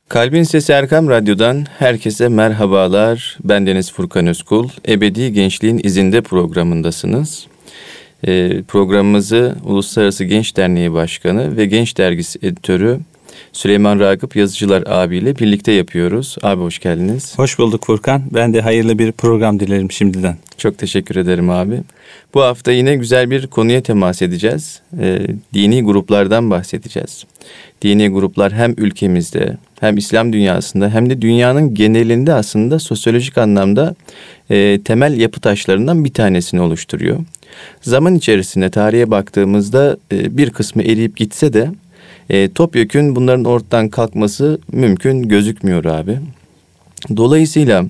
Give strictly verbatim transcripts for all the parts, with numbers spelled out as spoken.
Kalbin Sesi Erkam Radyo'dan herkese merhabalar. Ben Deniz Furkan Özkul. Ebedi Gençliğin İzinde programındasınız. Ee, programımızı Uluslararası Genç Derneği Başkanı ve Genç Dergisi Editörü Süleyman Ragıp Yazıcılar abiyle birlikte yapıyoruz. Abi hoş geldiniz. Hoş bulduk Furkan. Ben de hayırlı bir program dilerim şimdiden. Çok teşekkür ederim abi. Bu hafta yine güzel bir konuya temas edeceğiz. Ee, dini gruplardan bahsedeceğiz. Dini gruplar hem ülkemizde hem İslam dünyasında hem de dünyanın genelinde aslında sosyolojik anlamda e, temel yapı taşlarından bir tanesini oluşturuyor. Zaman içerisinde tarihe baktığımızda e, bir kısmı eriyip gitse de e, topyekün bunların ortadan kalkması mümkün gözükmüyor abi. Dolayısıyla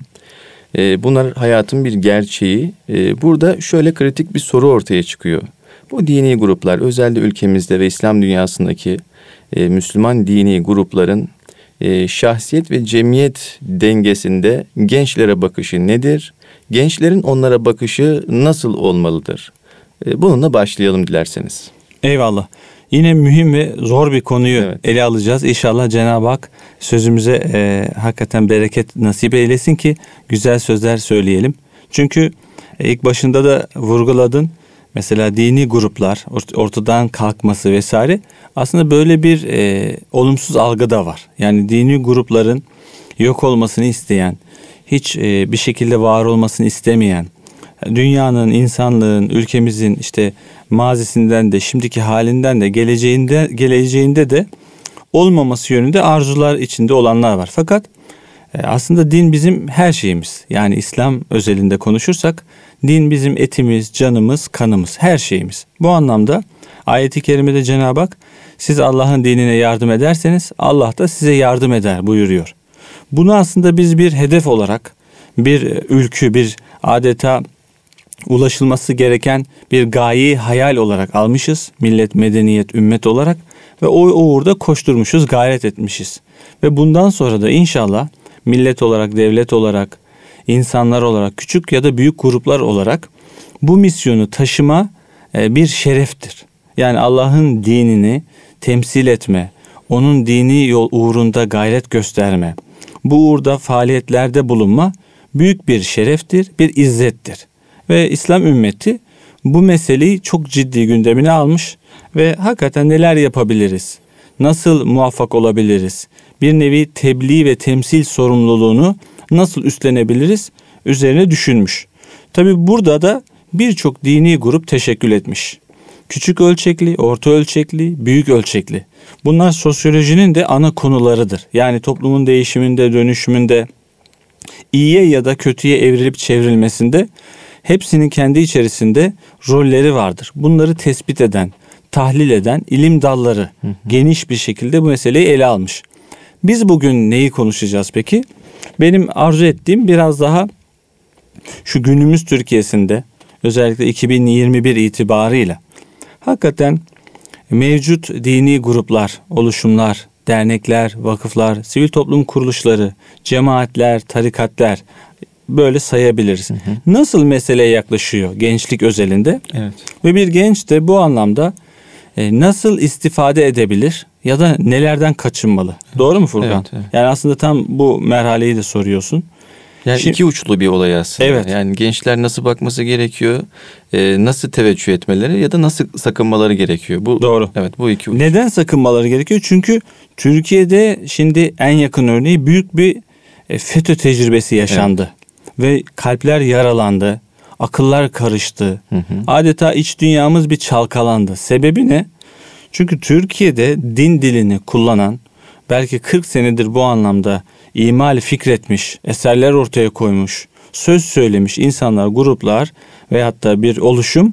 e, bunlar hayatın bir gerçeği. E, burada şöyle kritik bir soru ortaya çıkıyor. Bu dini gruplar özellikle ülkemizde ve İslam dünyasındaki e, Müslüman dini grupların e, şahsiyet ve cemiyet dengesinde gençlere bakışı nedir? Gençlerin onlara bakışı nasıl olmalıdır? E, bununla başlayalım dilerseniz. Eyvallah. Yine mühim ve zor bir konuyu evet. ele alacağız. İnşallah Cenab-ı Hak sözümüze e, hakikaten bereket nasip eylesin ki güzel sözler söyleyelim. Çünkü e, ilk başında da vurguladın. Mesela dini gruplar ortadan kalkması vesaire aslında böyle bir e, olumsuz algı da var. Yani dini grupların yok olmasını isteyen, hiç e, bir şekilde var olmasını istemeyen, dünyanın, insanlığın, ülkemizin işte mazisinden de şimdiki halinden de geleceğinde geleceğinde de olmaması yönünde arzular içinde olanlar var. Fakat e, aslında din bizim her şeyimiz. Yani İslam özelinde konuşursak din bizim etimiz, canımız, kanımız, her şeyimiz. Bu anlamda ayet-i kerimede Cenab-ı Hak siz Allah'ın dinine yardım ederseniz Allah da size yardım eder buyuruyor. Bunu aslında biz bir hedef olarak, bir ülkü, bir adeta ulaşılması gereken bir gayeyi hayal olarak almışız. Millet, medeniyet, ümmet olarak ve o uğurda koşturmuşuz, gayret etmişiz. Ve bundan sonra da inşallah millet olarak, devlet olarak, insanlar olarak, küçük ya da büyük gruplar olarak bu misyonu taşıma bir şereftir. Yani Allah'ın dinini temsil etme, onun dini yol uğrunda gayret gösterme, bu uğurda faaliyetlerde bulunma büyük bir şereftir, bir izzettir. Ve İslam ümmeti bu meseleyi çok ciddi gündemine almış ve hakikaten neler yapabiliriz, nasıl muvaffak olabiliriz, bir nevi tebliğ ve temsil sorumluluğunu nasıl üstlenebiliriz üzerine düşünmüş. Tabi burada da birçok dini grup teşekkül etmiş. Küçük ölçekli, orta ölçekli, büyük ölçekli. Bunlar sosyolojinin de ana konularıdır. Yani toplumun değişiminde, dönüşümünde, iyiye ya da kötüye evrilip çevrilmesinde hepsinin kendi içerisinde rolleri vardır. Bunları tespit eden, tahlil eden ilim dalları hı hı. geniş bir şekilde bu meseleyi ele almış. Biz bugün neyi konuşacağız peki? Benim arzu ettiğim biraz daha şu günümüz Türkiye'sinde özellikle iki bin yirmi bir itibarıyla hakikaten mevcut dini gruplar, oluşumlar, dernekler, vakıflar, sivil toplum kuruluşları, cemaatler, tarikatlar böyle sayabiliriz. Hı hı. Nasıl meseleye yaklaşıyor gençlik özelinde? Evet. Ve bir genç de bu anlamda e, nasıl istifade edebilir ya da nelerden kaçınmalı? Evet. Doğru mu Furkan? Evet, evet. Yani aslında tam bu merhaleyi de soruyorsun. Yani Şimdi, iki uçlu bir olay aslında. Evet. Yani gençler nasıl bakması gerekiyor, e, nasıl teveccüh etmeleri ya da nasıl sakınmaları gerekiyor. Bu doğru. Evet, bu iki uç. Neden sakınmaları gerekiyor? Çünkü Türkiye'de şimdi en yakın örneği büyük bir e, FETÖ tecrübesi yaşandı. Evet. Ve kalpler yaralandı, akıllar karıştı. Hı hı. Adeta iç dünyamız bir çalkalandı. Sebebi ne? Çünkü Türkiye'de din dilini kullanan, belki kırk senedir bu anlamda imal fikretmiş, eserler ortaya koymuş, söz söylemiş insanlar, gruplar ve hatta bir oluşum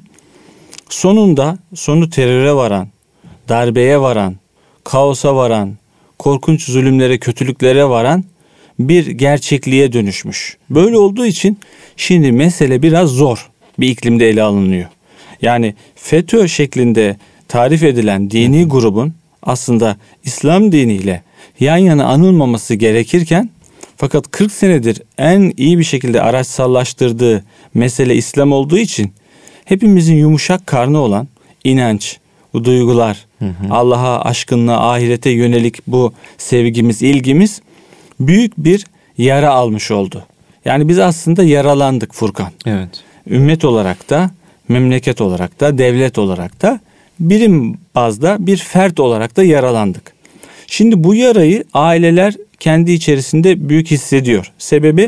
sonunda sonu teröre varan, darbeye varan, kaosa varan, korkunç zulümlere, kötülüklere varan bir gerçekliğe dönüşmüş. Böyle olduğu için şimdi mesele biraz zor bir iklimde ele alınıyor. Yani FETÖ şeklinde tarif edilen dini grubun aslında İslam diniyle yan yana anılmaması gerekirken fakat kırk senedir en iyi bir şekilde araçsallaştırdığı mesele İslam olduğu için hepimizin yumuşak karnı olan inanç, bu duygular, hı hı. Allah'a, aşkınlığa, ahirete yönelik bu sevgimiz, ilgimiz büyük bir yara almış oldu. Yani biz aslında yaralandık Furkan. Evet. Ümmet olarak da, memleket olarak da, devlet olarak da, birim bazda bir fert olarak da yaralandık. Şimdi bu yarayı aileler kendi içerisinde büyük hissediyor. Sebebi,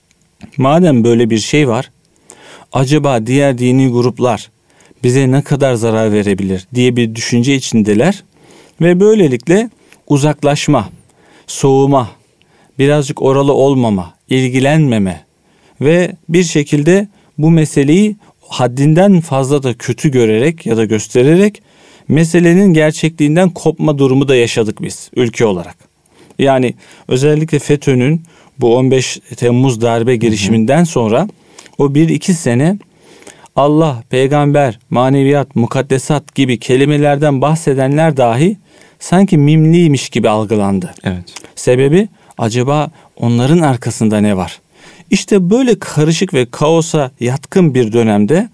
madem böyle bir şey var, acaba diğer dini gruplar bize ne kadar zarar verebilir diye bir düşünce içindeler ve böylelikle uzaklaşma, soğuma, birazcık oralı olmama, ilgilenmeme ve bir şekilde bu meseleyi haddinden fazla da kötü görerek ya da göstererek meselenin gerçekliğinden kopma durumu da yaşadık biz ülke olarak. Yani özellikle FETÖ'nün bu on beş Temmuz darbe girişiminden sonra o bir iki sene Allah, peygamber, maneviyat, mukaddesat gibi kelimelerden bahsedenler dahi sanki mimliymiş gibi algılandı. Evet. Sebebi, acaba onların arkasında ne var? İşte böyle karışık ve kaosa yatkın bir dönemde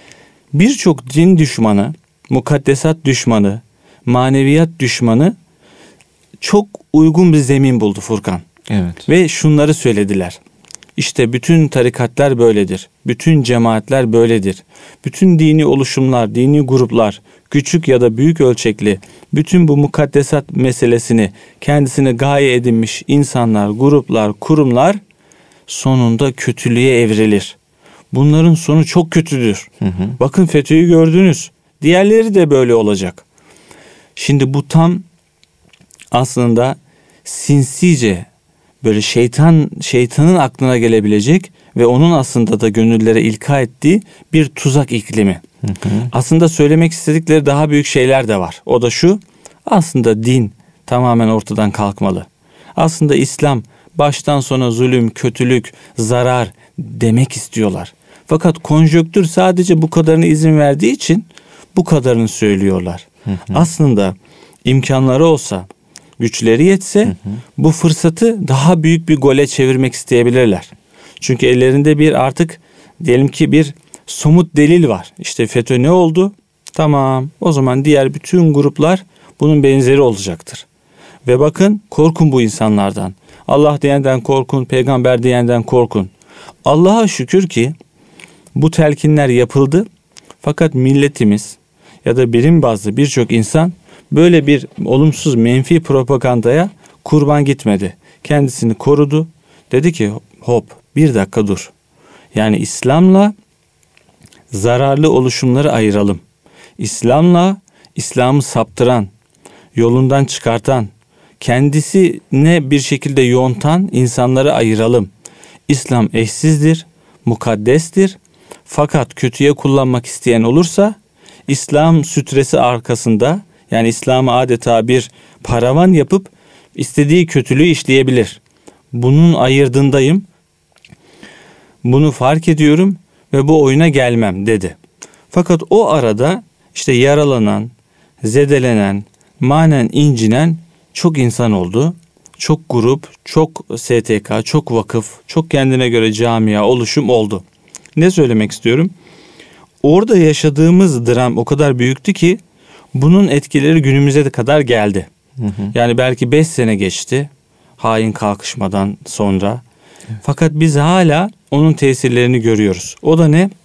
birçok din düşmanı, mukaddesat düşmanı, maneviyat düşmanı çok uygun bir zemin buldu Furkan. Evet. Ve şunları söylediler. İşte bütün tarikatlar böyledir. Bütün cemaatler böyledir. Bütün dini oluşumlar, dini gruplar, küçük ya da büyük ölçekli, bütün bu mukaddesat meselesini kendisine gaye edinmiş insanlar, gruplar, kurumlar sonunda kötülüğe evrilir. Bunların sonu çok kötüdür. Hı hı. Bakın FETÖ'yü gördünüz. Diğerleri de böyle olacak. Şimdi bu tam aslında sinsice, böyle şeytan şeytanın aklına gelebilecek ve onun aslında da gönüllere ilka ettiği bir tuzak iklimi. Hı hı. Aslında söylemek istedikleri daha büyük şeyler de var. O da şu: aslında din tamamen ortadan kalkmalı. Aslında İslam baştan sona zulüm, kötülük, zarar demek istiyorlar. Fakat konjonktür sadece bu kadarına izin verdiği için bu kadarını söylüyorlar. Hı hı. Aslında imkanları olsa, güçleri yetse, hı hı, bu fırsatı daha büyük bir gole çevirmek isteyebilirler. Çünkü ellerinde bir artık diyelim ki bir somut delil var. İşte FETÖ ne oldu? Tamam, o zaman diğer bütün gruplar bunun benzeri olacaktır. Ve bakın, korkun bu insanlardan. Allah diyenden korkun, peygamber diyenden korkun. Allah'a şükür ki bu telkinler yapıldı. Fakat milletimiz ya da birim bazlı birçok insan böyle bir olumsuz, menfi propagandaya kurban gitmedi. Kendisini korudu. Dedi ki hop bir dakika dur. Yani İslam'la zararlı oluşumları ayıralım. İslam'la İslam'ı saptıran, yolundan çıkartan, kendisine bir şekilde yontan insanları ayıralım. İslam eşsizdir, mukaddestir. Fakat kötüye kullanmak isteyen olursa İslam sütresi arkasında, yani İslam'ı adeta bir paravan yapıp istediği kötülüğü işleyebilir. Bunun ayırdığındayım. Bunu fark ediyorum ve bu oyuna gelmem dedi. Fakat o arada işte yaralanan, zedelenen, manen incinen çok insan oldu. Çok grup, çok S T K, çok vakıf, çok kendine göre camia, oluşum oldu. Ne söylemek istiyorum? Orada yaşadığımız dram o kadar büyüktü ki bunun etkileri günümüze de kadar geldi. Hı hı. Yani belki beş sene geçti hain kalkışmadan sonra. Evet. Fakat biz hala onun tesirlerini görüyoruz. O da ne?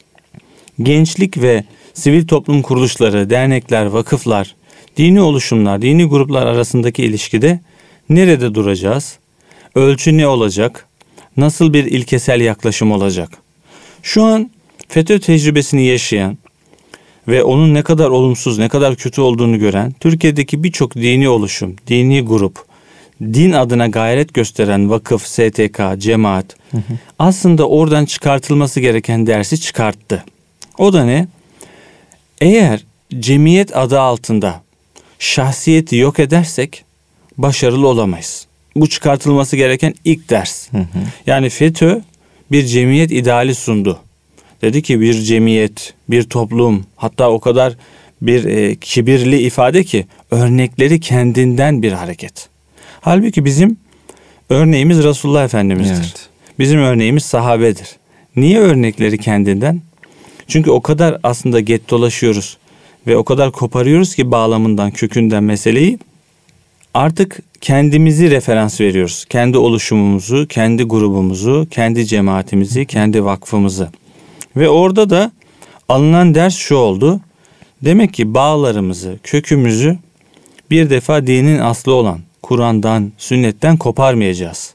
Gençlik ve sivil toplum kuruluşları, dernekler, vakıflar, dini oluşumlar, dini gruplar arasındaki ilişkide nerede duracağız? Ölçü ne olacak? Nasıl bir ilkesel yaklaşım olacak? Şu an FETÖ tecrübesini yaşayan ve onun ne kadar olumsuz, ne kadar kötü olduğunu gören Türkiye'deki birçok dini oluşum, dini grup, din adına gayret gösteren vakıf, S T K, cemaat hı hı. aslında oradan çıkartılması gereken dersi çıkarttı. O da ne? Eğer cemiyet adı altında şahsiyeti yok edersek başarılı olamayız. Bu çıkartılması gereken ilk ders. Hı hı. Yani FETÖ bir cemiyet ideali sundu. Dedi ki bir cemiyet, bir toplum, hatta o kadar bir e, kibirli ifade ki örnekleri kendinden bir hareket. Halbuki bizim örneğimiz Resulullah Efendimiz'dir. Evet. Bizim örneğimiz sahabedir. Niye örnekleri kendinden? Çünkü o kadar aslında get dolaşıyoruz ve o kadar koparıyoruz ki bağlamından, kökünden meseleyi. artık kendimizi referans veriyoruz. Kendi oluşumumuzu, kendi grubumuzu, kendi cemaatimizi, kendi vakfımızı. Ve orada da alınan ders şu oldu. Demek ki bağlarımızı, kökümüzü bir defa dinin aslı olan Kur'an'dan, sünnetten koparmayacağız.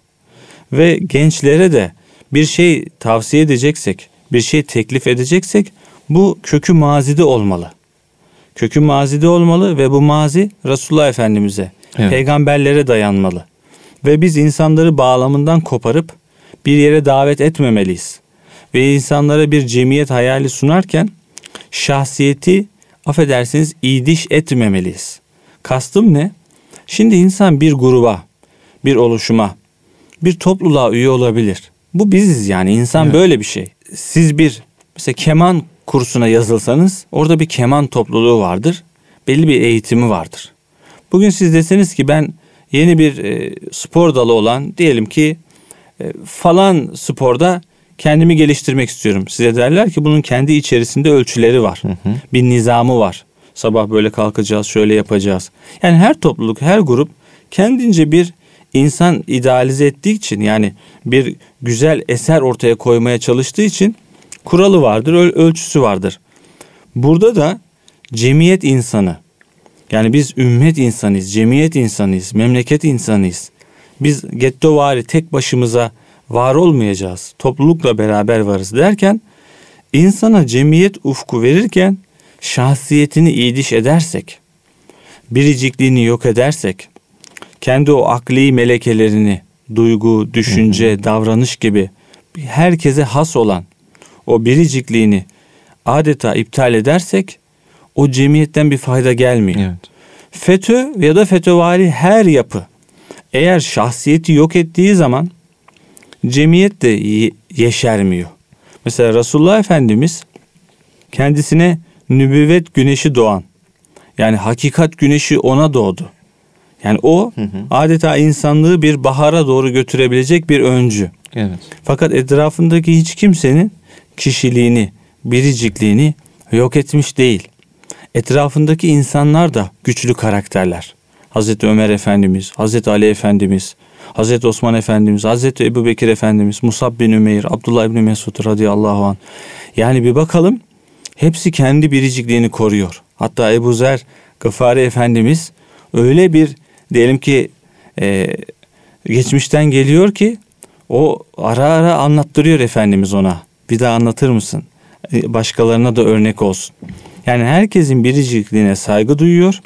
Ve gençlere de bir şey tavsiye edeceksek, bir şey teklif edeceksek bu kökü mazide olmalı. Kökü mazide olmalı ve bu mazi Resulullah Efendimiz'e, evet, peygamberlere dayanmalı. Ve biz insanları bağlamından koparıp bir yere davet etmemeliyiz. Ve insanlara bir cemiyet hayali sunarken şahsiyeti, affedersiniz, iyiliş etmemeliyiz. Kastım ne? Şimdi insan bir gruba, bir oluşuma, bir topluluğa üye olabilir. Bu biziz yani, insan evet, böyle bir şey. Siz bir mesela keman kursuna yazılsanız orada bir keman topluluğu vardır. Belli bir eğitimi vardır. Bugün siz deseniz ki ben yeni bir e, spor dalı olan, diyelim ki e, falan sporda kendimi geliştirmek istiyorum. Size derler ki bunun kendi içerisinde ölçüleri var. Hı hı. Bir nizamı var. Sabah böyle kalkacağız, şöyle yapacağız. Yani her topluluk, her grup kendince bir insan idealize ettiği için, yani bir güzel eser ortaya koymaya çalıştığı için kuralı vardır, ölçüsü vardır. Burada da cemiyet insanı, yani biz ümmet insanıyız, cemiyet insanıyız, memleket insanıyız. Biz gettovari tek başımıza var olmayacağız. Toplulukla beraber varız derken, insana cemiyet ufku verirken şahsiyetini iyiliş edersek, biricikliğini yok edersek, kendi o akli melekelerini, duygu, düşünce, hı hı, davranış gibi herkese has olan o biricikliğini adeta iptal edersek o cemiyetten bir fayda gelmiyor. Evet. FETÖ ya da FETÖvari her yapı eğer şahsiyeti yok ettiği zaman cemiyet de yeşermiyor. Mesela Resulullah Efendimiz kendisine nübüvvet güneşi doğan, yani hakikat güneşi ona doğdu. Yani o hı hı, adeta insanlığı bir bahara doğru götürebilecek bir öncü. Evet. Fakat etrafındaki hiç kimsenin kişiliğini, biricikliğini yok etmiş değil. Etrafındaki insanlar da güçlü karakterler. Hazreti Ömer Efendimiz, Hazreti Ali Efendimiz, Hazreti Osman Efendimiz, Hazreti Ebu Bekir Efendimiz, Musab bin Ümeyr, Abdullah bin Mesud radıyallahu anh. Yani bir bakalım, hepsi kendi biricikliğini koruyor. Hatta Ebu Zer Gıfari Efendimiz öyle bir, diyelim ki e, geçmişten geliyor ki o ara ara anlattırıyor Efendimiz ona. Bir daha anlatır mısın? E, başkalarına da örnek olsun. Yani herkesin biricikliğine saygı duyuyor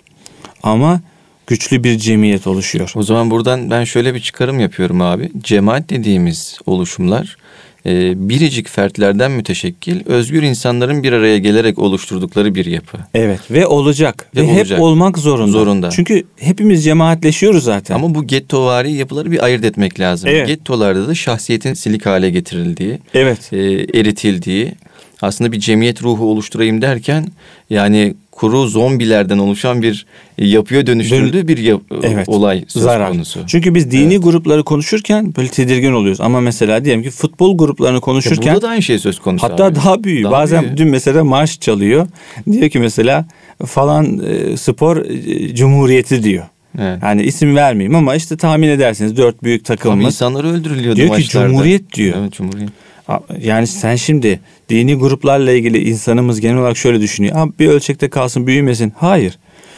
ama güçlü bir cemiyet oluşuyor. O zaman buradan ben şöyle bir çıkarım yapıyorum abi. Cemaat dediğimiz oluşumlar e, biricik fertlerden müteşekkil, özgür insanların bir araya gelerek oluşturdukları bir yapı. Evet ve olacak. Ve, ve olacak. Hep olmak zorunda. Zorunda. Çünkü hepimiz cemaatleşiyoruz zaten. Ama bu gettovari yapıları bir ayırt etmek lazım. Evet. Gettolarda da şahsiyetin silik hale getirildiği, evet, e, eritildiği, aslında bir cemiyet ruhu oluşturayım derken yani kuru zombilerden oluşan bir yapıya dönüştürüldüğü bir yap- evet, olay söz zarar. konusu. Çünkü biz dini evet, grupları konuşurken böyle tedirgin oluyoruz. Ama mesela diyelim ki futbol gruplarını konuşurken ya burada da aynı şey söz konusu. Hatta abi. daha büyük. Daha Bazen büyük. dün mesela marş çalıyor. Diyor ki mesela falan e, spor e, cumhuriyeti diyor. Evet. Yani isim vermeyeyim ama işte tahmin edersiniz dört büyük takımımız. İnsanlar öldürülüyordu diyor maçlarda. Diyor ki cumhuriyet diyor. Evet, cumhuriyet. Yani sen şimdi dini gruplarla ilgili insanımız genel olarak şöyle düşünüyor. Abi bir ölçekte kalsın, büyümesin. Hayır.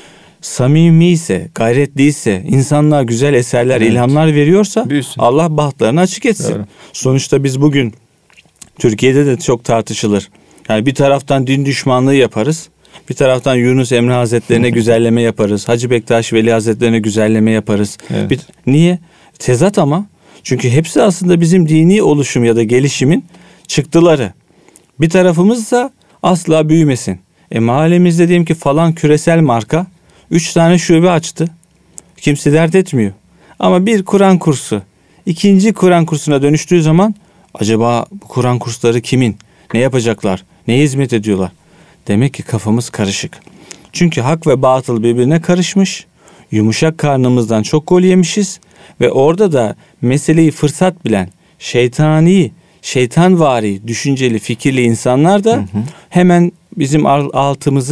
Samimi ise, gayretliyse, insanlar güzel eserler, evet, ilhamlar veriyorsa büyüsün. Allah bahtlarını açık etsin. Evet. Sonuçta biz bugün Türkiye'de de çok tartışılır. Yani bir taraftan din düşmanlığı yaparız. Bir taraftan Yunus Emre Hazretlerine güzelleme yaparız. Hacı Bektaş Veli Hazretlerine güzelleme yaparız. Evet. Bir, niye? Tezat ama. Çünkü hepsi aslında bizim dini oluşum ya da gelişimin çıktıları. Bir tarafımızsa asla büyümesin. E mahallemizde diyelim ki falan küresel marka üç tane şube açtı. Kimse dert etmiyor. Ama bir Kur'an kursu, ikinci Kur'an kursuna dönüştüğü zaman acaba bu Kur'an kursları kimin? Ne yapacaklar? Neye hizmet ediyorlar? Demek ki kafamız karışık. Çünkü hak ve batıl birbirine karışmış. Yumuşak karnımızdan çok gol yemişiz. Ve orada da meseleyi fırsat bilen, şeytani, şeytanvari, düşünceli, fikirli insanlar da hı hı, hemen bizim altımızı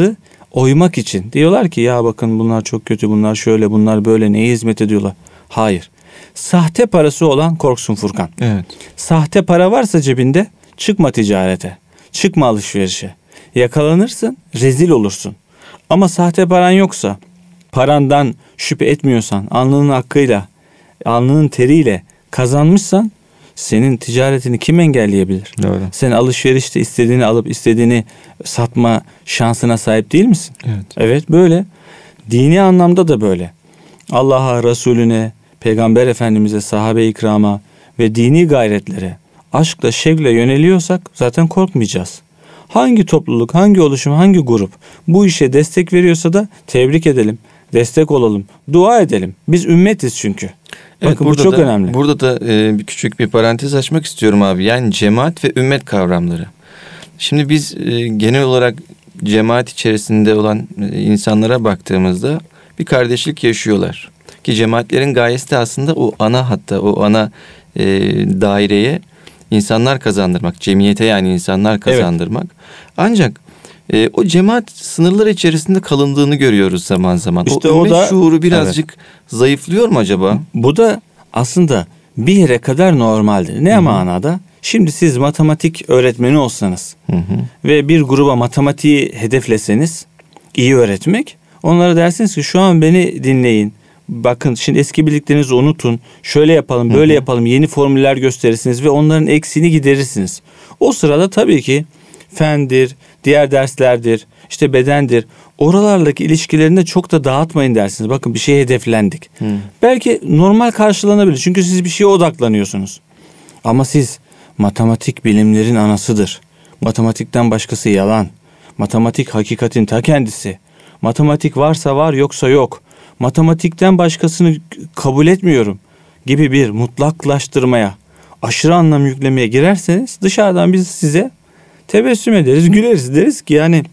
oymak için. Diyorlar ki ya bakın bunlar çok kötü, bunlar şöyle, bunlar böyle, neye hizmet ediyorlar? Hayır. Sahte parası olan korksun Furkan. Evet. Sahte para varsa cebinde çıkma ticarete, çıkma alışverişe. Yakalanırsın, rezil olursun. Ama sahte paran yoksa, parandan şüphe etmiyorsan, alnının hakkıyla, alnının teriyle kazanmışsan senin ticaretini kim engelleyebilir? Doğru. Sen alışverişte istediğini alıp istediğini satma şansına sahip değil misin? Evet. Evet böyle. Dini anlamda da böyle. Allah'a, Resulüne, Peygamber Efendimiz'e, sahabe-i ikrama ve dini gayretlere aşkla, şevkle yöneliyorsak zaten korkmayacağız. Hangi topluluk, hangi oluşum, hangi grup bu işe destek veriyorsa da tebrik edelim, destek olalım, dua edelim. Biz ümmetiz çünkü. Evet, bakın bu çok da, önemli. Burada da e, bir küçük bir parantez açmak istiyorum abi. Yani cemaat ve ümmet kavramları. Şimdi biz e, genel olarak cemaat içerisinde olan e, insanlara baktığımızda bir kardeşlik yaşıyorlar. Ki cemaatlerin gayesi de aslında o ana hatta o ana e, daireye insanlar kazandırmak. Cemiyete yani insanlar kazandırmak. Evet. Ancak e, o cemaat sınırları içerisinde kalındığını görüyoruz zaman zaman. İşte o ümmet o da, şuuru birazcık evet. zayıflıyor mu acaba? Bu da aslında bir yere kadar normaldir. Ne Hı-hı. manada? Şimdi siz matematik öğretmeni olsanız Hı-hı. ve bir gruba matematiği hedefleseniz iyi öğretmek, onlara dersiniz ki şu an beni dinleyin. Bakın şimdi eski bildiklerinizi unutun. Şöyle yapalım, böyle Hı-hı. yapalım. Yeni formüller gösterirsiniz ve onların eksiğini giderirsiniz. O sırada tabii ki fendir, diğer derslerdir, işte bedendir. Oralardaki ilişkilerini de çok da dağıtmayın dersiniz. Bakın bir şeye hedeflendik. Hı. Belki normal karşılanabilir. Çünkü siz bir şeye odaklanıyorsunuz. Ama siz matematik bilimlerin anasıdır. Matematikten başkası yalan. Matematik hakikatin ta kendisi. Matematik varsa var, yoksa yok. Matematikten başkasını kabul etmiyorum gibi bir mutlaklaştırmaya, aşırı anlam yüklemeye girerseniz dışarıdan biz size tebessüm ederiz, güleriz, deriz ki yani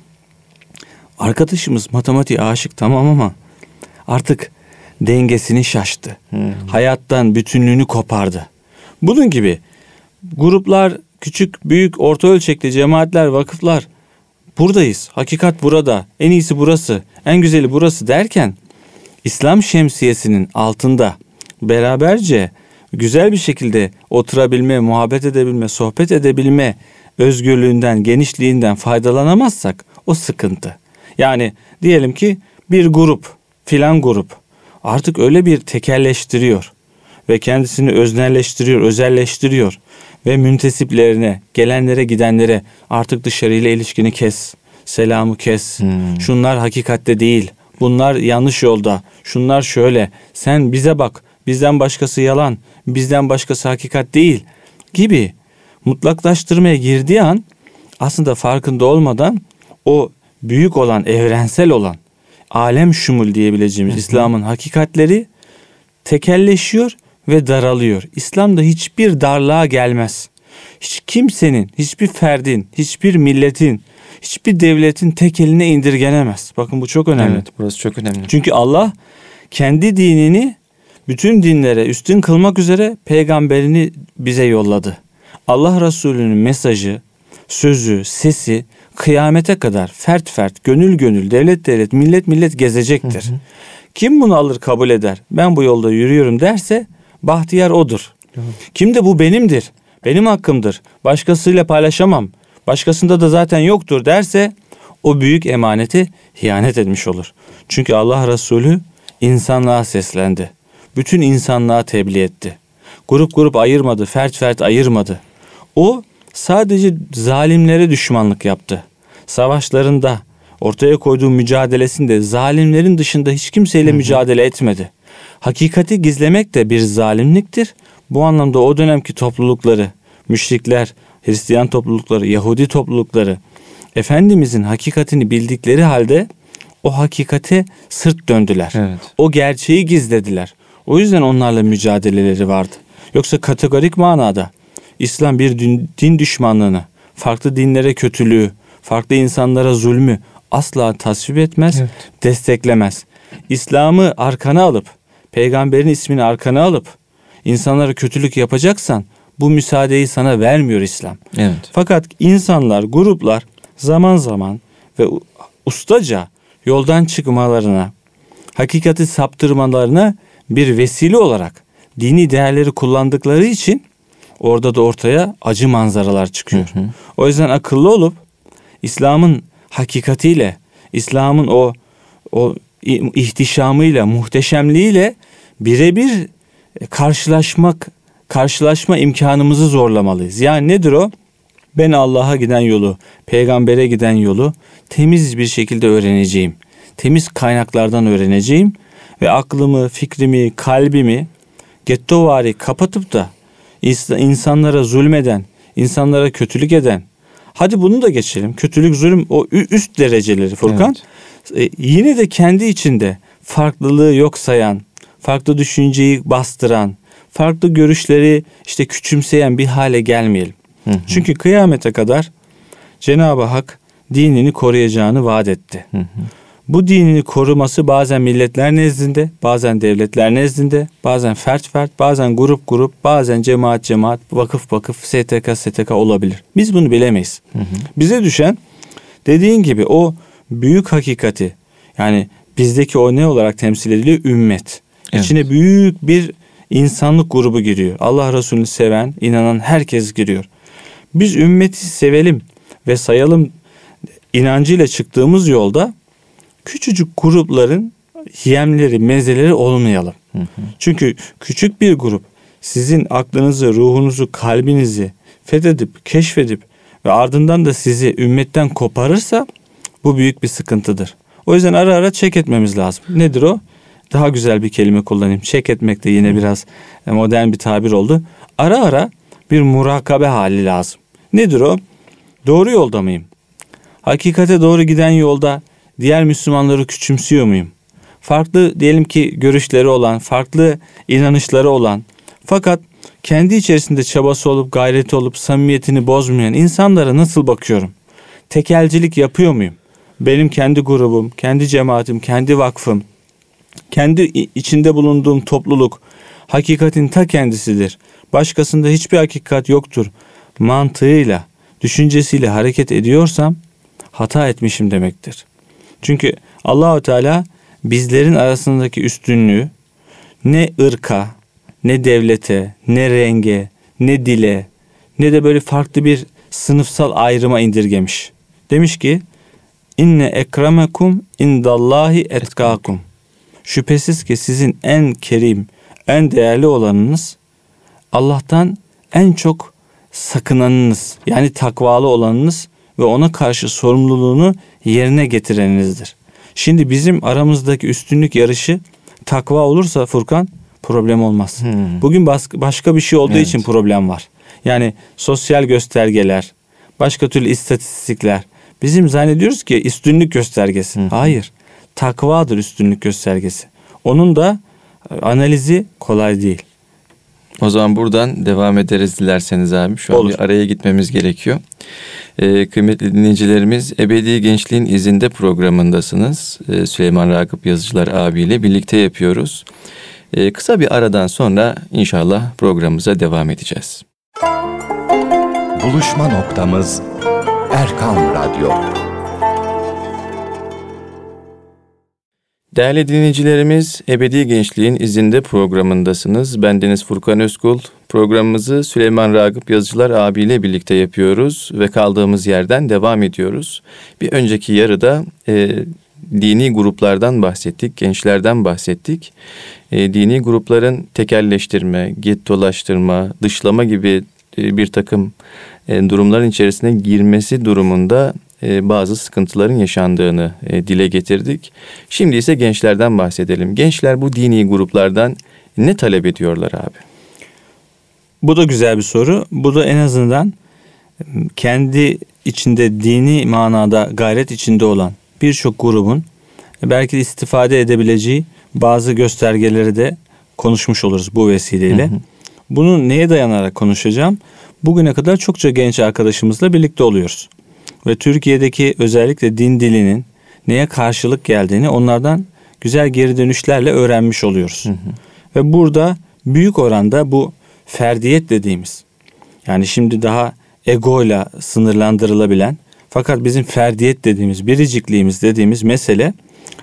arkadaşımız matematiğe aşık tamam ama artık dengesini şaştı. Hmm. Hayattan bütünlüğünü kopardı. Bunun gibi gruplar, küçük, büyük, orta ölçekli cemaatler, vakıflar buradayız. Hakikat burada. En iyisi burası. En güzeli burası derken İslam şemsiyesinin altında beraberce güzel bir şekilde oturabilme, muhabbet edebilme, sohbet edebilme özgürlüğünden, genişliğinden faydalanamazsak o sıkıntı. Yani diyelim ki bir grup, filan grup artık öyle bir tekelleştiriyor ve kendisini öznelleştiriyor, özelleştiriyor ve müntesiplerine, gelenlere, gidenlere artık dışarıyla ilişkini kes, selamı kes. Hmm. Şunlar hakikatte değil, bunlar yanlış yolda, şunlar şöyle, sen bize bak, bizden başkası yalan, bizden başkası hakikat değil gibi mutlaklaştırmaya girdiği an aslında farkında olmadan o büyük olan, evrensel olan, alem şumul diyebileceğimiz hı hı. İslam'ın hakikatleri tekelleşiyor ve daralıyor. İslam'da hiçbir darlığa gelmez. Hiç kimsenin, hiçbir ferdin, hiçbir milletin, hiçbir devletin tek eline indirgenemez. Bakın bu çok önemli. Evet, burası çok önemli. Çünkü Allah kendi dinini bütün dinlere üstün kılmak üzere peygamberini bize yolladı. Allah Resulü'nün mesajı, sözü, sesi kıyamete kadar fert fert, gönül gönül, devlet devlet, millet millet gezecektir. Hı hı. Kim bunu alır kabul eder, ben bu yolda yürüyorum derse bahtiyar odur. Hı hı. Kim de bu benimdir, benim hakkımdır, başkasıyla paylaşamam, başkasında da zaten yoktur derse o büyük emaneti ihanet etmiş olur. Çünkü Allah Resulü insanlığa seslendi. Bütün insanlığa tebliğ etti. Grup grup ayırmadı, fert fert ayırmadı. O sadece zalimlere düşmanlık yaptı. Savaşlarında, ortaya koyduğu mücadelesinde zalimlerin dışında hiç kimseyle hı hı. mücadele etmedi. Hakikati gizlemek de bir zalimliktir. Bu anlamda o dönemki toplulukları, müşrikler, Hristiyan toplulukları, Yahudi toplulukları, Efendimizin hakikatini bildikleri halde o hakikate sırt döndüler. Evet. O gerçeği gizlediler. O yüzden onlarla mücadeleleri vardı. Yoksa kategorik manada İslam bir din, din düşmanlığını, farklı dinlere kötülüğü, farklı insanlara zulmü asla tasvip etmez, evet. desteklemez. İslam'ı arkana alıp, peygamberin ismini arkana alıp insanlara kötülük yapacaksan bu müsaadeyi sana vermiyor İslam. Evet. Fakat insanlar, gruplar zaman zaman ve ustaca yoldan çıkmalarına, hakikati saptırmalarına bir vesile olarak dini değerleri kullandıkları için orada da ortaya acı manzaralar çıkıyor. Hı hı. O yüzden akıllı olup İslam'ın hakikatiyle, İslam'ın o o ihtişamıyla, muhteşemliğiyle birebir karşılaşmak, karşılaşma imkanımızı zorlamalıyız. Yani nedir o? Ben Allah'a giden yolu, peygambere giden yolu temiz bir şekilde öğreneceğim. Temiz kaynaklardan öğreneceğim ve aklımı, fikrimi, kalbimi gettovari kapatıp da insanlara zulmeden, insanlara kötülük eden, hadi bunu da geçelim. Kötülük, zulüm o üst dereceleri Furkan. Evet. E, yine de kendi içinde farklılığı yok sayan, farklı düşünceyi bastıran, farklı görüşleri işte küçümseyen bir hale gelmeyelim. Hı hı. Çünkü kıyamete kadar Cenab-ı Hak dinini koruyacağını vaat etti. Hı hı. Bu dinini koruması bazen milletler nezdinde, bazen devletler nezdinde, bazen fert fert, bazen grup grup, bazen cemaat cemaat, vakıf vakıf, S T K S T K olabilir. Biz bunu bilemeyiz. Hı hı. Bize düşen dediğin gibi o büyük hakikati, yani bizdeki o ne olarak temsil ediliyor? Ümmet. Evet. İçine büyük bir insanlık grubu giriyor. Allah Resulü'nü seven, inanan herkes giriyor. Biz ümmeti sevelim ve sayalım inancıyla çıktığımız yolda küçücük grupların yemleri, mezeleri olmayalım. Hı hı. Çünkü küçük bir grup sizin aklınızı, ruhunuzu, kalbinizi fethedip, keşfedip ve ardından da sizi ümmetten koparırsa bu büyük bir sıkıntıdır. O yüzden ara ara check etmemiz lazım. Nedir o? Daha güzel bir kelime kullanayım. Check etmek de yine biraz modern bir tabir oldu. Ara ara bir murakabe hali lazım. Nedir o? Doğru yolda mıyım? Hakikate doğru giden yolda diğer Müslümanları küçümsüyor muyum? Farklı diyelim ki görüşleri olan, farklı inanışları olan fakat kendi içerisinde çabası olup, gayreti olup, samimiyetini bozmayan insanlara nasıl bakıyorum? Tekelcilik yapıyor muyum? Benim kendi grubum, kendi cemaatim, kendi vakfım, kendi içinde bulunduğum topluluk hakikatin ta kendisidir. Başkasında hiçbir hakikat yoktur mantığıyla, düşüncesiyle hareket ediyorsam hata etmişim demektir. Çünkü Allah-u Teala bizlerin arasındaki üstünlüğü ne ırka, ne devlete, ne renge, ne dile, ne de böyle farklı bir sınıfsal ayrıma indirgemiş. Demiş ki inne ekremekum indallahi etkakum. Şüphesiz ki sizin en kerim, en değerli olanınız Allah'tan en çok sakınanınız, yani takvalı olanınız ve ona karşı sorumluluğunu yerine getireninizdir. Şimdi bizim aramızdaki üstünlük yarışı takva olursa Furkan problem olmaz. Hmm. Bugün bas- başka bir şey olduğu evet. için problem var. Yani sosyal göstergeler, başka türlü istatistikler. Bizim zannediyoruz ki üstünlük göstergesi. Hmm. Hayır. Takvadır üstünlük göstergesi. Onun da analizi kolay değil. O zaman buradan devam ederiz dilerseniz abi. Şu an Olur. bir araya gitmemiz gerekiyor. Ee, kıymetli dinleyicilerimiz, Ebedi Gençliğin İzinde programındasınız. Ee, Süleyman Ragıp Yazıcılar abiyle birlikte yapıyoruz. Ee, kısa bir aradan sonra inşallah programımıza devam edeceğiz. Buluşma noktamız Erkam Radyo. Değerli dinleyicilerimiz, Ebedi Gençliğin İzinde programındasınız. Bendeniz Furkan Özkul. Programımızı Süleyman Ragıp Yazıcılar abiyle birlikte yapıyoruz ve kaldığımız yerden devam ediyoruz. Bir önceki yarıda e, dini gruplardan bahsettik, gençlerden bahsettik. E, dini grupların tekelleştirme, gettolaştırma, dışlama gibi e, bir takım e, durumların içerisine girmesi durumunda e, bazı sıkıntıların yaşandığını e, dile getirdik. Şimdi ise gençlerden bahsedelim. Gençler bu dini gruplardan ne talep ediyorlar abi? Bu da güzel bir soru. Bu da en azından kendi içinde dini manada gayret içinde olan birçok grubun belki de istifade edebileceği bazı göstergeleri de konuşmuş oluruz bu vesileyle. Hı hı. Bunu neye dayanarak konuşacağım? Bugüne kadar çokça genç arkadaşımızla birlikte oluyoruz. Ve Türkiye'deki özellikle din dilinin neye karşılık geldiğini onlardan güzel geri dönüşlerle öğrenmiş oluyoruz. Hı hı. Ve burada büyük oranda bu ferdiyet dediğimiz, yani şimdi daha egoyla sınırlandırılabilen fakat bizim ferdiyet dediğimiz, biricikliğimiz dediğimiz mesele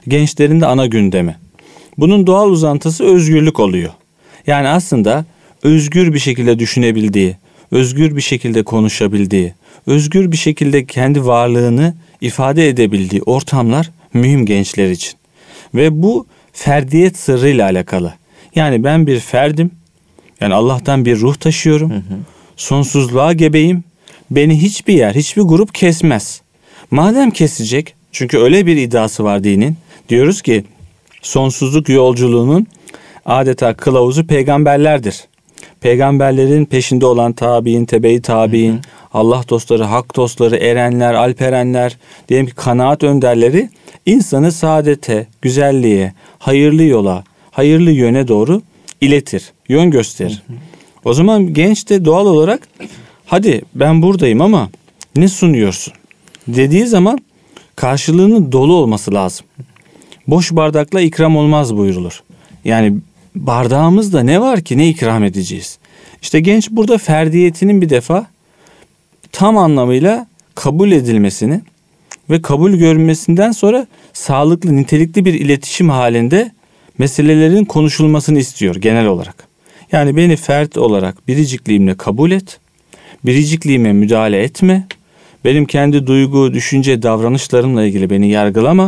gençlerin de ana gündemi. Bunun doğal uzantısı özgürlük oluyor. Yani aslında özgür bir şekilde düşünebildiği, özgür bir şekilde konuşabildiği, özgür bir şekilde kendi varlığını ifade edebildiği ortamlar mühim gençler için. Ve bu ferdiyet sırrıyla alakalı. Yani ben bir ferdim, yani Allah'tan bir ruh taşıyorum, hı hı. sonsuzluğa gebeyim, beni hiçbir yer, hiçbir grup kesmez. Madem kesecek, çünkü öyle bir iddiası var dinin, diyoruz ki sonsuzluk yolculuğunun adeta kılavuzu peygamberlerdir. Peygamberlerin peşinde olan tabiin, tebe-i tabiin, hı hı. Allah dostları, hak dostları, erenler, alperenler, diyelim ki kanaat önderleri insanı saadete, güzelliğe, hayırlı yola, hayırlı yöne doğru iletir, yön gösterir. Hı hı. O zaman genç de doğal olarak hadi ben buradayım ama ne sunuyorsun dediği zaman karşılığının dolu olması lazım. Boş bardakla ikram olmaz buyurulur. Yani bardağımızda ne var ki ne ikram edeceğiz? İşte genç burada ferdiyetinin bir defa tam anlamıyla kabul edilmesini ve kabul görmesinden sonra sağlıklı, nitelikli bir iletişim halinde meselelerin konuşulmasını istiyor genel olarak. Yani beni fert olarak biricikliğimle kabul et, biricikliğime müdahale etme, benim kendi duygu, düşünce, davranışlarımla ilgili beni yargılama